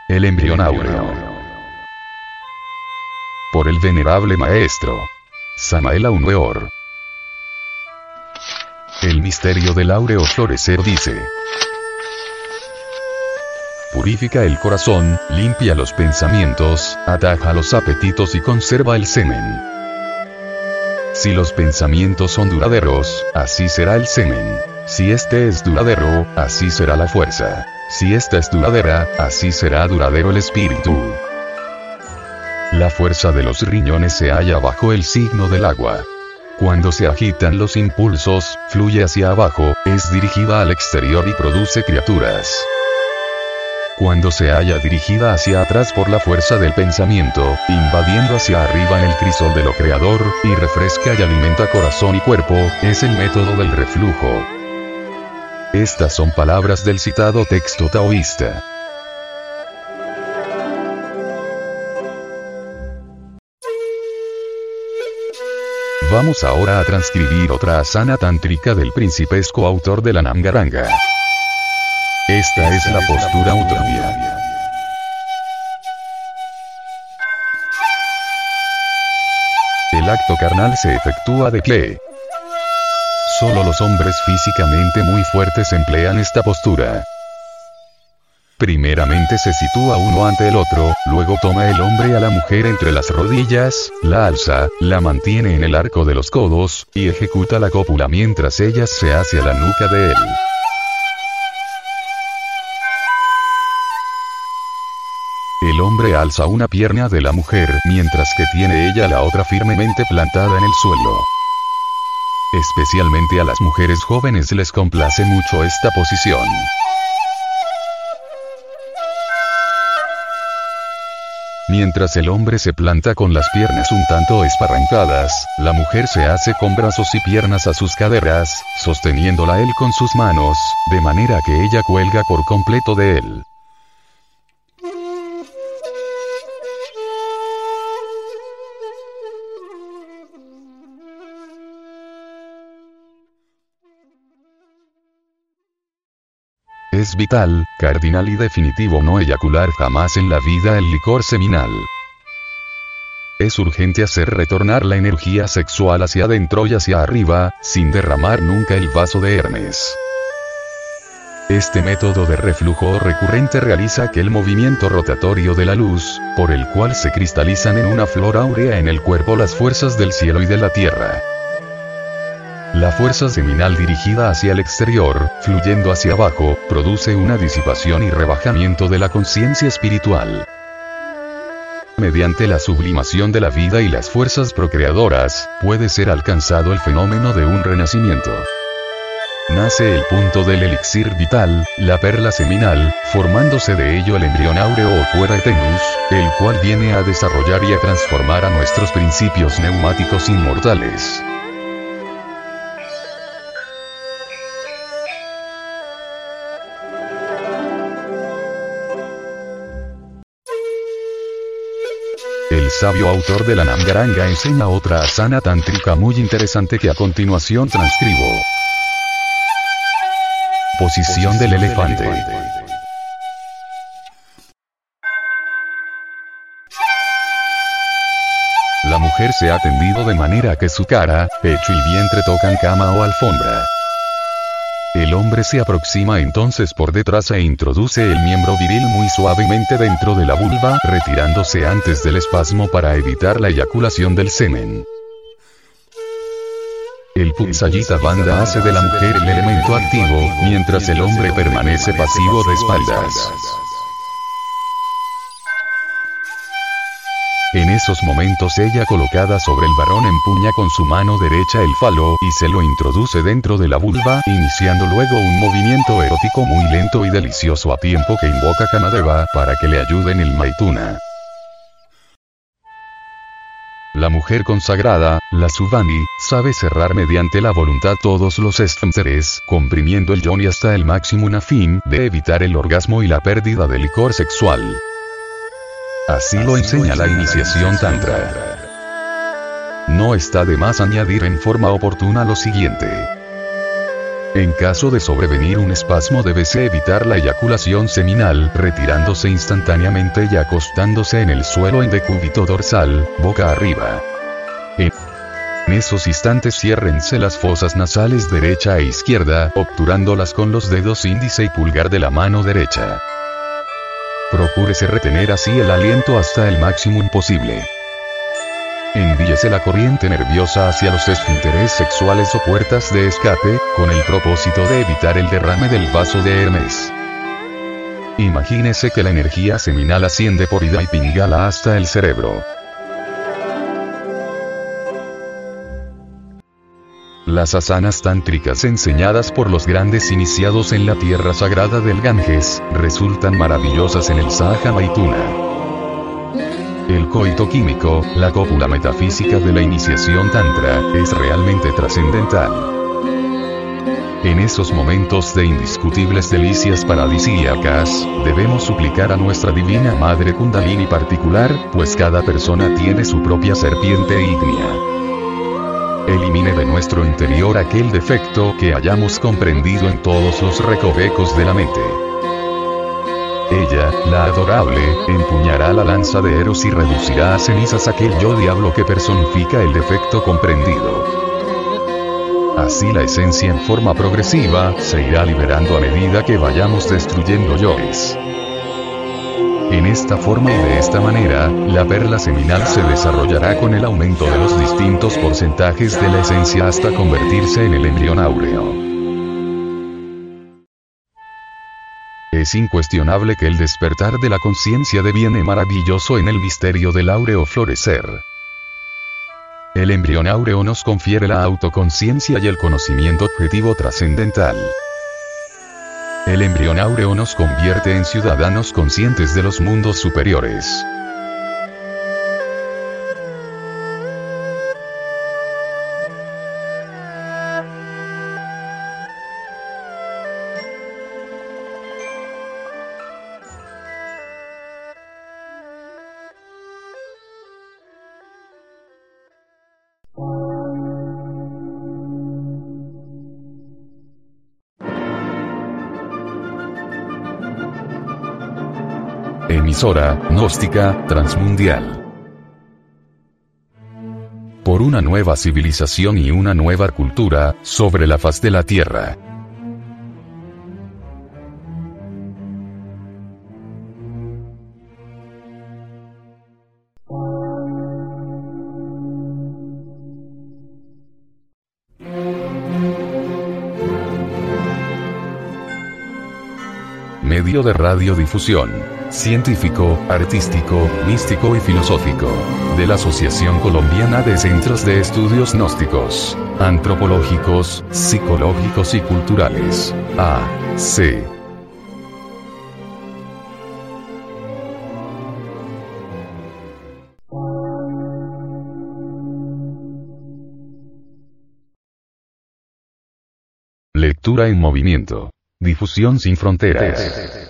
El embrión áureo. Por el venerable maestro Samael Aun Weor. El misterio del áureo florecer dice: purifica el corazón, limpia los pensamientos, ataja los apetitos y conserva el semen. Si los pensamientos son duraderos, así será el semen. Si este es duradero, así será la fuerza. Si esta es duradera, así será duradero el espíritu. La fuerza de los riñones se halla bajo el signo del agua. Cuando se agitan los impulsos, fluye hacia abajo, es dirigida al exterior y produce criaturas. Cuando se halla dirigida hacia atrás por la fuerza del pensamiento, invadiendo hacia arriba en el crisol de lo creador, y refresca y alimenta corazón y cuerpo, es el método del reflujo. Estas son palabras del citado texto taoísta. Vamos ahora a transcribir otra asana tántrica del principesco autor de la Namgaranga. Esta es la postura Uttabhya. El acto carnal se efectúa de pie. Solo los hombres físicamente muy fuertes emplean esta postura. Primeramente se sitúa uno ante el otro, luego toma el hombre a la mujer entre las rodillas, la alza, la mantiene en el arco de los codos, y ejecuta la cópula mientras ella se hace a la nuca de él. El hombre alza una pierna de la mujer, mientras que tiene ella la otra firmemente plantada en el suelo. Especialmente a las mujeres jóvenes les complace mucho esta posición. Mientras el hombre se planta con las piernas un tanto esparrancadas, la mujer se hace con brazos y piernas a sus caderas, sosteniéndola él con sus manos, de manera que ella cuelga por completo de él. Es vital, cardinal y definitivo no eyacular jamás en la vida el licor seminal. Es urgente hacer retornar la energía sexual hacia adentro y hacia arriba, sin derramar nunca el vaso de Hermes. Este método de reflujo recurrente realiza aquel movimiento rotatorio de la luz, por el cual se cristalizan en una flor áurea en el cuerpo las fuerzas del cielo y de la tierra. La fuerza seminal dirigida hacia el exterior, fluyendo hacia abajo, produce una disipación y rebajamiento de la conciencia espiritual. Mediante la sublimación de la vida y las fuerzas procreadoras, puede ser alcanzado el fenómeno de un renacimiento. Nace el punto del elixir vital, la perla seminal, formándose de ello el embrión áureo o puera tenus, el cual viene a desarrollar y a transformar a nuestros principios neumáticos inmortales. El sabio autor de la Namgaranga enseña otra asana tántrica muy interesante que a continuación transcribo. Posición del elefante. La mujer se ha tendido de manera que su cara, pecho y vientre tocan cama o alfombra. El hombre se aproxima entonces por detrás e introduce el miembro viril muy suavemente dentro de la vulva, retirándose antes del espasmo para evitar la eyaculación del semen. El Punsayita Bandha hace de la mujer el elemento activo, mientras el hombre permanece pasivo de espaldas. En esos momentos ella colocada sobre el varón empuña con su mano derecha el falo y se lo introduce dentro de la vulva, iniciando luego un movimiento erótico muy lento y delicioso a tiempo que invoca Kamadeva para que le ayude en el Maituna. La mujer consagrada, la Suvani, sabe cerrar mediante la voluntad todos los esfínteres, comprimiendo el yoni hasta el máximo a fin de evitar el orgasmo y la pérdida del licor sexual. Así lo enseña la iniciación tantra. No está de más añadir en forma oportuna lo siguiente. En caso de sobrevenir un espasmo debese evitar la eyaculación seminal, retirándose instantáneamente y acostándose en el suelo en decúbito dorsal, boca arriba. En esos instantes ciérrense las fosas nasales derecha e izquierda, obturándolas con los dedos índice y pulgar de la mano derecha. Procúrese retener así el aliento hasta el máximo posible. Envíese la corriente nerviosa hacia los esfínteres sexuales o puertas de escape, con el propósito de evitar el derrame del vaso de Hermes. Imagínese que la energía seminal asciende por ida y pingala hasta el cerebro. Las asanas tántricas enseñadas por los grandes iniciados en la tierra sagrada del Ganges, resultan maravillosas en el Sahaja Maituna. El coito químico, la cópula metafísica de la iniciación tantra, es realmente trascendental. En esos momentos de indiscutibles delicias paradisíacas, debemos suplicar a nuestra divina Madre Kundalini particular, pues cada persona tiene su propia serpiente ígnea. Elimine de nuestro interior aquel defecto que hayamos comprendido en todos los recovecos de la mente. Ella, la adorable, empuñará la lanza de Eros y reducirá a cenizas aquel yo diablo que personifica el defecto comprendido. Así la esencia en forma progresiva, se irá liberando a medida que vayamos destruyendo yoes. En esta forma y de esta manera, la perla seminal se desarrollará con el aumento de los distintos porcentajes de la esencia hasta convertirse en el embrión áureo. Es incuestionable que el despertar de la conciencia deviene maravilloso en el misterio del áureo florecer. El embrión áureo nos confiere la autoconciencia y el conocimiento objetivo trascendental. El embrión áureo nos convierte en ciudadanos conscientes de los mundos superiores. Emisora gnóstica transmundial. Por una nueva civilización y una nueva cultura sobre la faz de la Tierra. Medio de radiodifusión, científico, artístico, místico y filosófico, de la Asociación Colombiana de Centros de Estudios Gnósticos, Antropológicos, Psicológicos y Culturales, AC. Lectura en movimiento. Difusión sin fronteras.